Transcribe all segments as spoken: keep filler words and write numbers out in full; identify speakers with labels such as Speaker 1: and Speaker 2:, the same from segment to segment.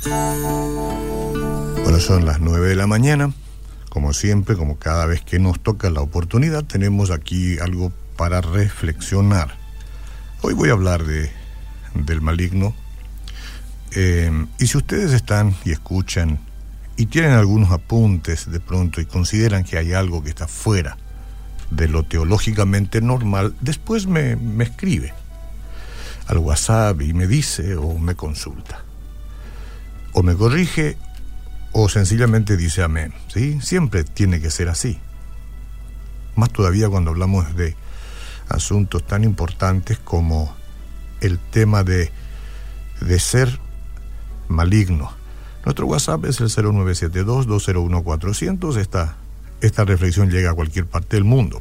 Speaker 1: Bueno, son las nueve de la mañana. Como siempre, como cada vez que nos toca la oportunidad, tenemos aquí algo para reflexionar. Hoy voy a hablar de, del maligno. Eh, y si ustedes están y escuchan y tienen algunos apuntes de pronto y consideran que hay algo que está fuera de lo teológicamente normal, después me, me escribe al WhatsApp y me dice o me consulta. O me corrige o sencillamente dice amén, ¿sí? Siempre tiene que ser así. Más todavía cuando hablamos de asuntos tan importantes como el tema de, de ser maligno. Nuestro WhatsApp es el cero nueve siete dos, dos cero uno, cuatrocientos. Esta, esta reflexión llega a cualquier parte del mundo.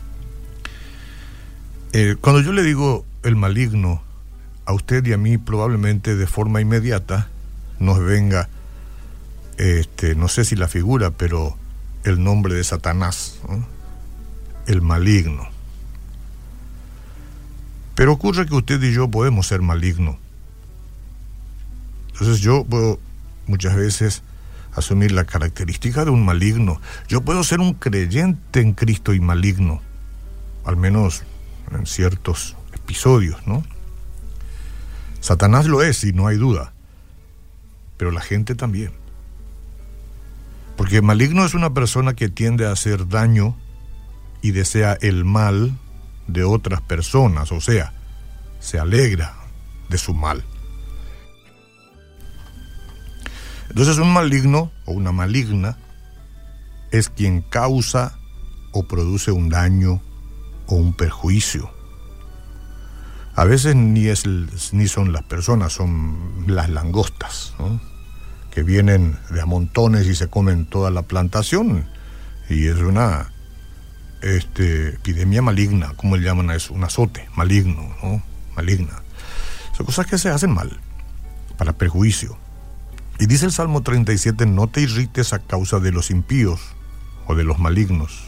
Speaker 1: Eh, cuando yo le digo el maligno, a usted y a mí probablemente de forma inmediata nos venga, este, no sé si la figura, pero el nombre de Satanás, ¿no? El maligno. Pero ocurre que usted y yo podemos ser malignos. Entonces yo puedo muchas veces asumir la característica de un maligno. Yo puedo ser un creyente en Cristo y maligno, al menos en ciertos episodios, ¿no? Satanás lo es, y no hay duda, pero la gente también. Porque maligno es una persona que tiende a hacer daño y desea el mal de otras personas, o sea, se alegra de su mal. Entonces un maligno o una maligna es quien causa o produce un daño o un perjuicio. A veces ni, es, ni son las personas, son las langostas, ¿no? Que vienen de a montones y se comen toda la plantación. Y es una este, epidemia maligna, ¿cómo le llaman a eso? Un azote maligno, ¿no? Maligna. Son cosas que se hacen mal, para perjuicio. Y dice el Salmo treinta y siete, no te irrites a causa de los impíos o de los malignos.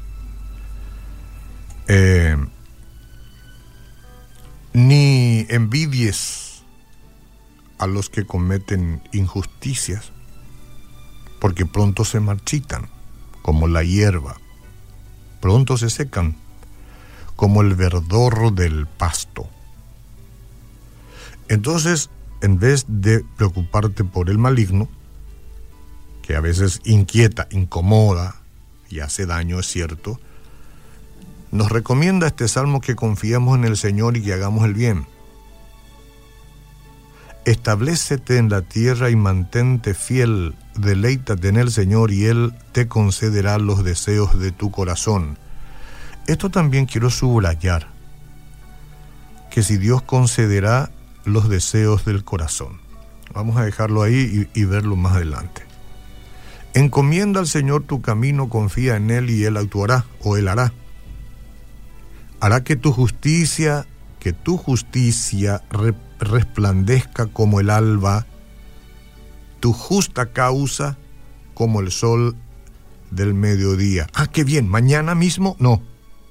Speaker 1: Eh, ni envidies a los que cometen injusticias, porque pronto se marchitan, como la hierba, pronto se secan, como el verdor del pasto. Entonces, en vez de preocuparte por el maligno, que a veces inquieta, incomoda y hace daño, es cierto, nos recomienda este salmo que confiemos en el Señor y que hagamos el bien. Establécete en la tierra y mantente fiel, deleítate en el Señor y Él te concederá los deseos de tu corazón. Esto también quiero subrayar, que si Dios concederá los deseos del corazón. Vamos a dejarlo ahí y, y verlo más adelante. Encomienda al Señor tu camino, confía en Él y Él actuará, o Él hará. Hará que tu justicia, que tu justicia re, resplandezca como el alba, tu justa causa como el sol del mediodía. Ah, qué bien, mañana mismo, no.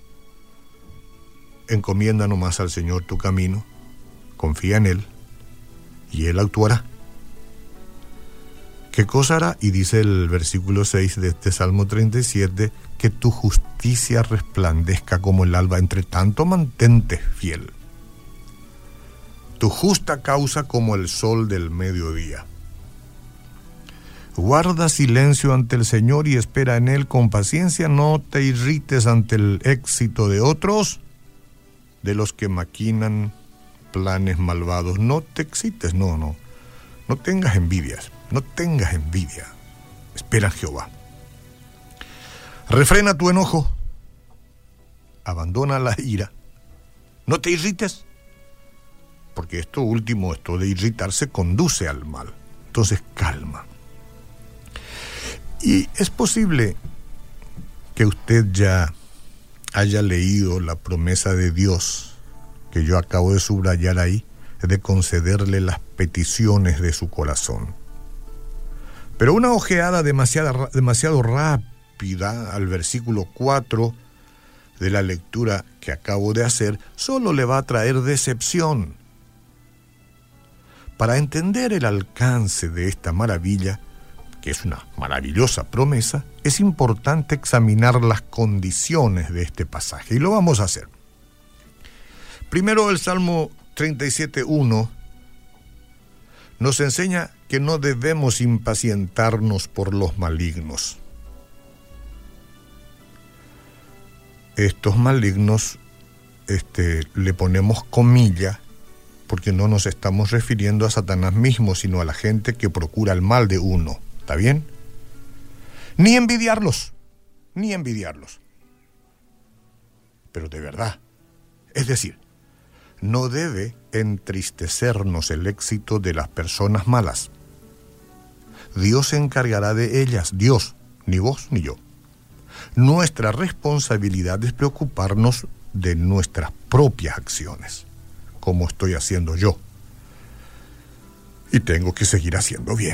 Speaker 1: Encomienda nomás al Señor tu camino, confía en Él y Él actuará. ¿Qué cosa hará? Y dice el versículo seis de este Salmo treinta y siete, que tu justicia resplandezca como el alba, entre tanto mantente fiel. Tu justa causa como el sol del mediodía. Guarda silencio ante el Señor y espera en Él con paciencia, no te irrites ante el éxito de otros, de los que maquinan planes malvados. No te excites, no, no. No tengas envidias, no tengas envidia. Espera en Jehová. Refrena tu enojo. Abandona la ira. No te irrites, porque esto último, esto de irritarse, conduce al mal. Entonces, calma. Y es posible que usted ya haya leído la promesa de Dios que yo acabo de subrayar ahí, de concederle las peticiones de su corazón. Pero una ojeada demasiado, demasiado rápida al versículo cuatro de la lectura que acabo de hacer solo le va a traer decepción. Para entender el alcance de esta maravilla, que es una maravillosa promesa, es importante examinar las condiciones de este pasaje, y lo vamos a hacer. Primero, el Salmo treinta y siete, uno nos enseña que no debemos impacientarnos por los malignos. Estos malignos, este, le ponemos comilla, porque no nos estamos refiriendo a Satanás mismo, sino a la gente que procura el mal de uno. ¿Está bien? Ni envidiarlos, ni envidiarlos. Pero de verdad, es decir, no debe entristecernos el éxito de las personas malas. Dios se encargará de ellas, Dios, ni vos ni yo. Nuestra responsabilidad es preocuparnos de nuestras propias acciones, como estoy haciendo yo. Y tengo que seguir haciendo bien.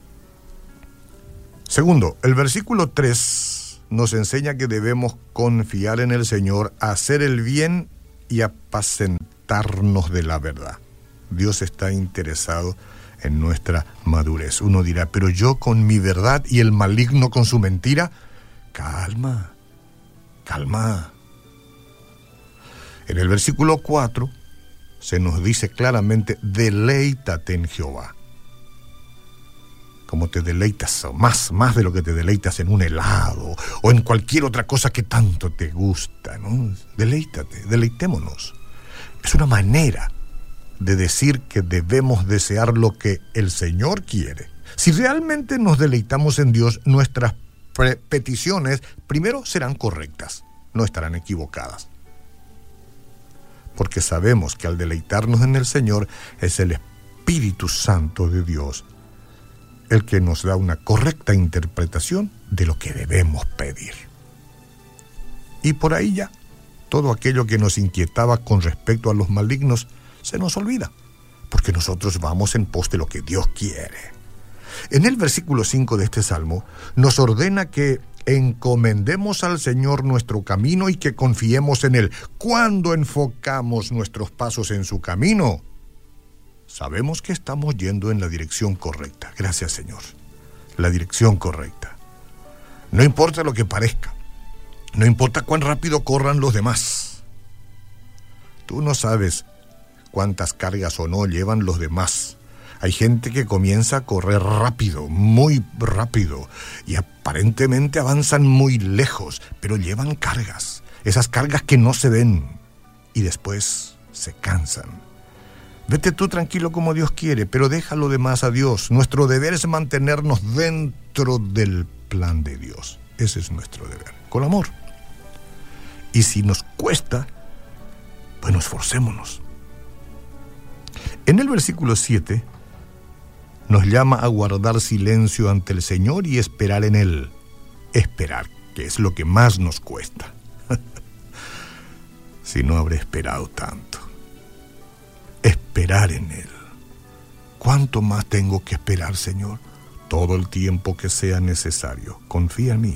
Speaker 1: Segundo, el versículo tres nos enseña que debemos confiar en el Señor, hacer el bien y apacentarnos de la verdad. Dios está interesado en nuestra madurez. Uno dirá, pero yo con mi verdad y el maligno con su mentira. Calma, calma. En el versículo cuatro se nos dice claramente, deleítate en Jehová. Como te deleitas, más, más de lo que te deleitas en un helado o en cualquier otra cosa que tanto te gusta, ¿no? Deleítate, deleitémonos. Es una manera de decir que debemos desear lo que el Señor quiere. Si realmente nos deleitamos en Dios, nuestras peticiones primero serán correctas, no estarán equivocadas. Porque sabemos que al deleitarnos en el Señor es el Espíritu Santo de Dios el que nos da una correcta interpretación de lo que debemos pedir. Y por ahí ya, todo aquello que nos inquietaba con respecto a los malignos se nos olvida, porque nosotros vamos en pos de lo que Dios quiere. En el versículo cinco de este salmo nos ordena que encomendemos al Señor nuestro camino y que confiemos en Él. ¿Cuándo enfocamos nuestros pasos en su camino? Sabemos que estamos yendo en la dirección correcta. Gracias, Señor. La dirección correcta. No importa lo que parezca. No importa cuán rápido corran los demás. Tú no sabes cuántas cargas o no llevan los demás. Hay gente que comienza a correr rápido, muy rápido, y aparentemente avanzan muy lejos, pero llevan cargas. Esas cargas que no se ven y después se cansan. Vete tú tranquilo como Dios quiere, pero deja lo demás a Dios. Nuestro deber es mantenernos dentro del plan de Dios. Ese es nuestro deber, con amor. Y si nos cuesta, bueno, esforcémonos. En el versículo siete nos llama a guardar silencio ante el Señor y esperar en Él. Esperar, que es lo que más nos cuesta. Si no habré esperado tanto. Esperar en Él. ¿Cuánto más tengo que esperar, Señor? Todo el tiempo que sea necesario. Confía en mí.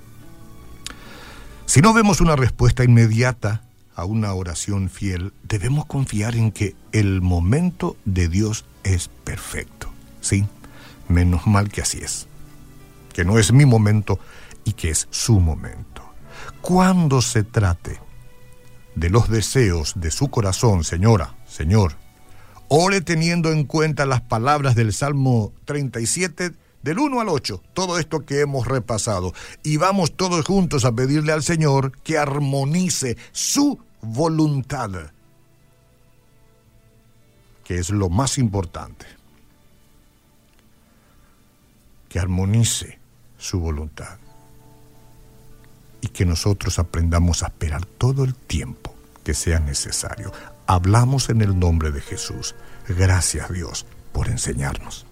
Speaker 1: Si no vemos una respuesta inmediata a una oración fiel, debemos confiar en que el momento de Dios es perfecto. Sí, menos mal que así es. Que no es mi momento y que es su momento. Cuando se trate de los deseos de su corazón, señora, Señor, ore teniendo en cuenta las palabras del Salmo treinta y siete, del uno al ocho, todo esto que hemos repasado. Y vamos todos juntos a pedirle al Señor que armonice su voluntad, que es lo más importante. Que armonice su voluntad. Y que nosotros aprendamos a esperar todo el tiempo que sea necesario. Hablamos en el nombre de Jesús. Gracias, Dios, por enseñarnos.